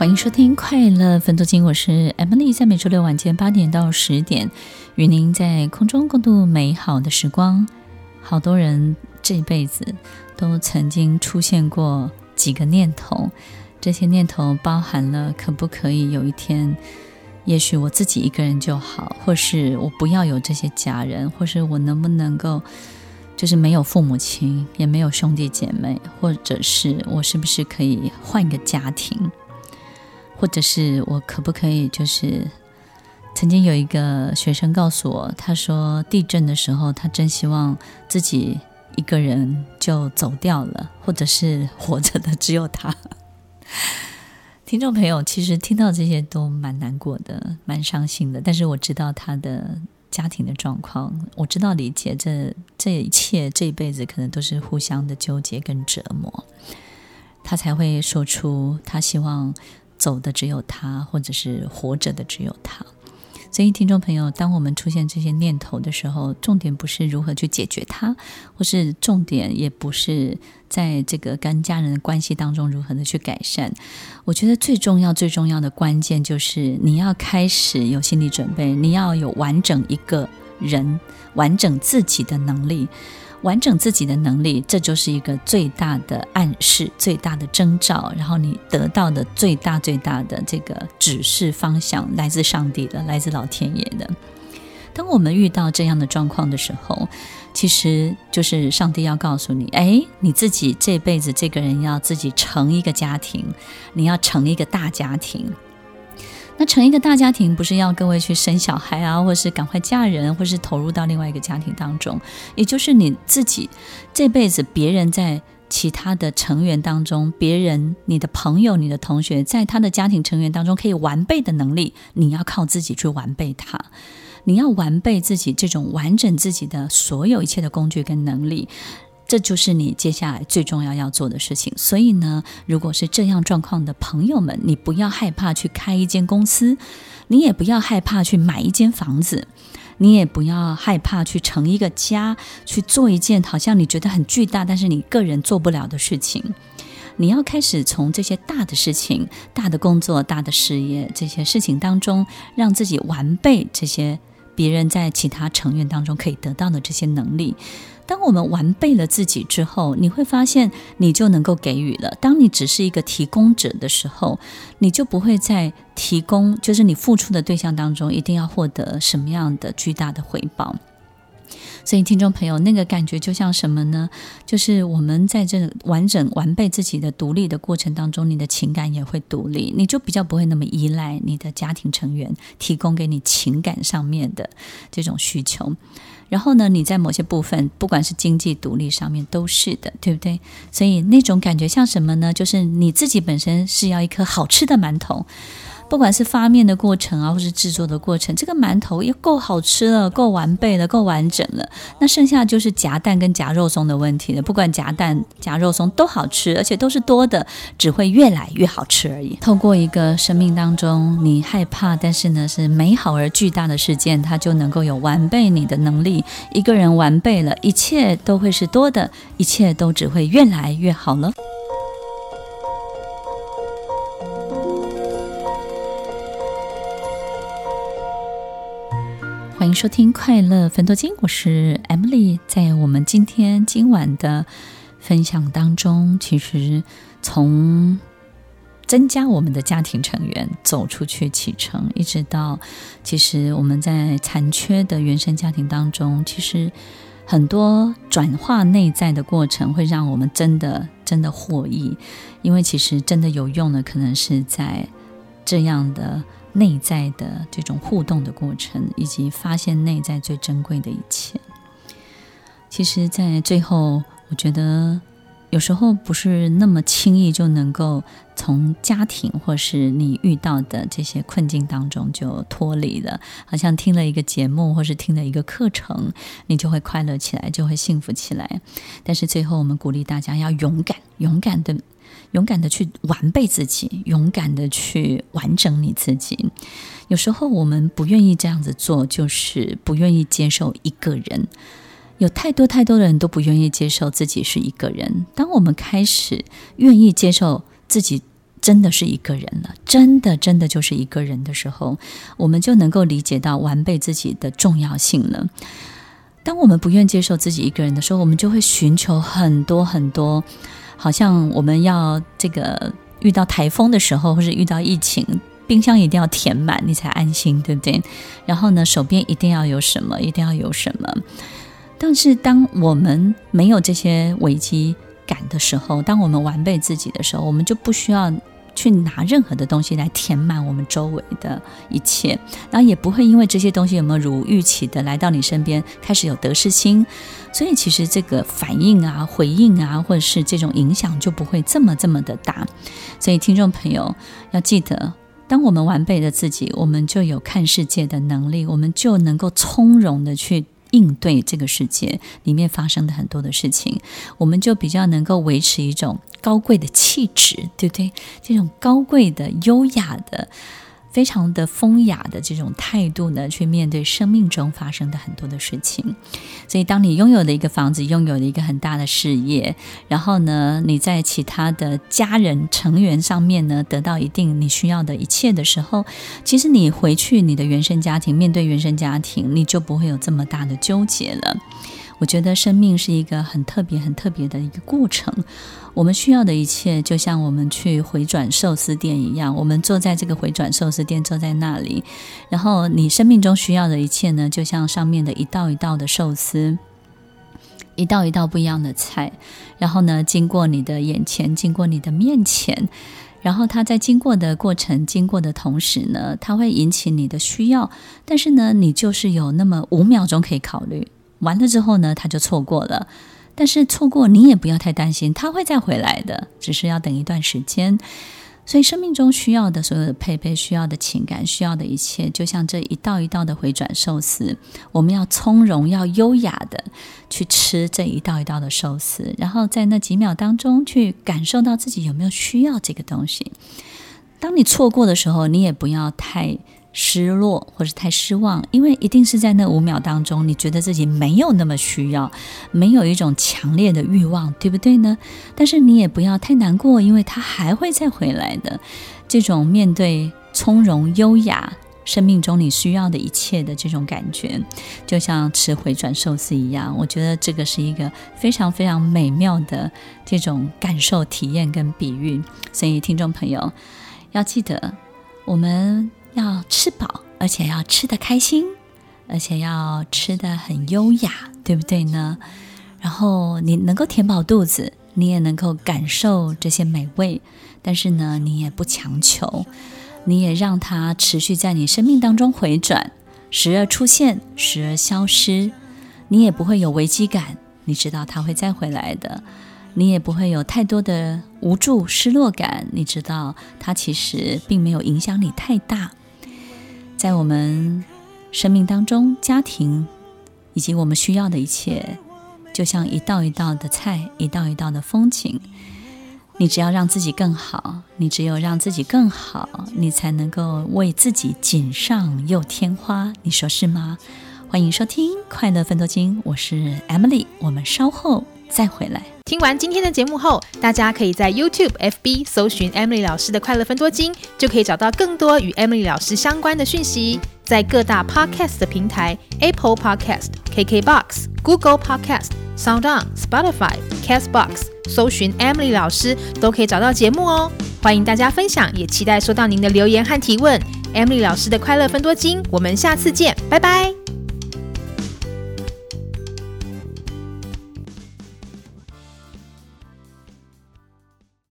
欢迎收听快乐分多金，我是 Emily， 在每周六晚间8点到10点与您在空中共度美好的时光。好多人这辈子都曾经出现过几个念头，这些念头包含了可不可以有一天也许我自己一个人就好，或是我不要有这些家人，或是我能不能够就是没有父母亲也没有兄弟姐妹，或者是我是不是可以换一个家庭，或者是我可不可以就是曾经有一个学生告诉我，他说地震的时候他真希望自己一个人就走掉了，或者是活着的只有他。听众朋友其实听到这些都蛮难过的，蛮伤心的，但是我知道他的家庭的状况，我知道理解这一切，这一辈子可能都是互相的纠结跟折磨，他才会说出他希望走的只有他，或者是活着的只有他。所以听众朋友，当我们出现这些念头的时候，重点不是如何去解决它，或是重点也不是在这个跟家人的关系当中如何的去改善。我觉得最重要的关键就是你要开始有心理准备，你要有完整一个人，完整自己的能力。完整自己的能力，这就是一个最大的暗示，最大的征兆，然后你得到的最大的这个指示方向来自上帝的，来自老天爷的。当我们遇到这样的状况的时候，其实就是上帝要告诉你，你自己这辈子这个人要自己成一个家庭，你要成一个大家庭。那成一个大家庭不是要各位去生小孩啊，或是赶快嫁人，或是投入到另外一个家庭当中，也就是你自己这辈子别人在其他的成员当中，别人你的朋友你的同学在他的家庭成员当中可以完备的能力，你要靠自己去完备它，你要完备自己这种完整自己的所有一切的工具跟能力，这就是你接下来最重要做的事情。所以呢，如果是这样状况的朋友们，你不要害怕去开一间公司，你也不要害怕去买一间房子，你也不要害怕去成一个家，去做一件好像你觉得很巨大但是你个人做不了的事情。你要开始从这些大的事情，大的工作，大的事业，这些事情当中让自己完备这些别人在其他成员当中可以得到的这些能力。当我们完备了自己之后，你会发现你就能够给予了。当你只是一个提供者的时候，你就不会在提供，就是你付出的对象当中一定要获得什么样的巨大的回报。所以听众朋友，那个感觉就像什么呢？就是我们在这完备自己的独立的过程当中，你的情感也会独立，你就比较不会那么依赖你的家庭成员提供给你情感上面的这种需求。然后呢，你在某些部分不管是经济独立上面都是的，对不对？所以那种感觉像什么呢？就是你自己本身是要一颗好吃的馒头，不管是发面的过程啊，或是制作的过程，这个馒头也够好吃了，够完备了，够完整了。那剩下就是夹蛋跟夹肉松的问题了。不管夹蛋夹肉松都好吃，而且都是多的，只会越来越好吃而已。透过一个生命当中你害怕但是呢是美好而巨大的事件，它就能够有完备你的能力。一个人完备了，一切都会是多的，一切都只会越来越好了。欢迎收听快乐分多金，我是 Emily。 在我们今晚的分享当中，其实从增加我们的家庭成员走出去启程，一直到其实我们在残缺的原生家庭当中，其实很多转化内在的过程会让我们真的获益。因为其实真的有用的可能是在这样的内在的这种互动的过程，以及发现内在最珍贵的一切。其实在最后，我觉得有时候不是那么轻易就能够从家庭或是你遇到的这些困境当中就脱离了，好像听了一个节目或是听了一个课程，你就会快乐起来，就会幸福起来。但是最后我们鼓励大家要勇敢的去完备自己，勇敢的去完整你自己。有时候我们不愿意这样子做，就是不愿意接受一个人。有太多的人都不愿意接受自己是一个人。当我们开始愿意接受自己真的是一个人了，真的就是一个人的时候，我们就能够理解到完备自己的重要性了。当我们不愿接受自己一个人的时候，我们就会寻求很多很多，好像我们要这个遇到台风的时候，或是遇到疫情，冰箱一定要填满你才安心，对不对？然后呢，手边一定要有什么，一定要有什么。但是当我们没有这些危机感的时候，当我们完备自己的时候，我们就不需要去拿任何的东西来填满我们周围的一切，然后也不会因为这些东西有没有如预期的来到你身边开始有得失心，所以其实这个反应啊、回应啊，或者是这种影响就不会这么的大。所以听众朋友要记得，当我们完备了自己，我们就有看世界的能力，我们就能够从容的去应对这个世界里面发生的很多的事情，我们就比较能够维持一种高贵的气质，对不对？这种高贵的、优雅的、非常的风雅的这种态度呢，去面对生命中发生的很多的事情。所以当你拥有了一个房子，拥有了一个很大的事业，然后呢，你在其他的家人成员上面呢，得到一定你需要的一切的时候，其实你回去你的原生家庭，面对原生家庭，你就不会有这么大的纠结了。我觉得生命是一个很特别的一个过程，我们需要的一切就像我们去回转寿司店一样，我们坐在这个回转寿司店，坐在那里，然后你生命中需要的一切呢，就像上面的一道一道的寿司，一道一道不一样的菜，然后呢经过你的眼前，经过你的面前，然后它在经过的过程，经过的同时呢，它会引起你的需要，但是呢你就是有那么5秒钟可以考虑，完了之后呢它就错过了。但是错过你也不要太担心，它会再回来的，只是要等一段时间。所以生命中需要的所有的配备，需要的情感，需要的一切，就像这一道一道的回转寿司，我们要从容，要优雅的去吃这一道一道的寿司，然后在那几秒当中去感受到自己有没有需要这个东西。当你错过的时候，你也不要太失落或者太失望，因为一定是在那5秒当中，你觉得自己没有那么需要，没有一种强烈的欲望，对不对呢？但是你也不要太难过，因为它还会再回来的。这种面对从容优雅生命中你需要的一切的这种感觉，就像吃回转寿司一样，我觉得这个是一个非常非常美妙的这种感受体验跟比喻。所以听众朋友要记得，我们要吃饱，而且要吃得开心，而且要吃得很优雅，对不对呢？然后你能够填饱肚子，你也能够感受这些美味，但是呢，你也不强求，你也让它持续在你生命当中回转，时而出现，时而消失，你也不会有危机感，你知道它会再回来的。你也不会有太多的无助、失落感，你知道它其实并没有影响你太大。在我们生命当中，家庭以及我们需要的一切，就像一道一道的菜，一道一道的风景。你只要让自己更好，你只有让自己更好，你才能够为自己锦上又添花，你说是吗？欢迎收听快乐分多金，我是 Emily， 我们稍后再回来。 听完今天的节目后，大家可以在 YouTube、FB 搜寻 Emily 老师的快乐分多金，就可以找到更多与 Emily 老师相关的讯息。在各大 Podcast 的平台 Apple Podcast、KKBox、Google Podcast、SoundOn、Spotify、Castbox 搜寻 Emily 老师都可以找到节目哦。欢迎大家分享，也期待收到您的留言和提问。Emily 老师的快乐分多金，我们下次见，拜拜。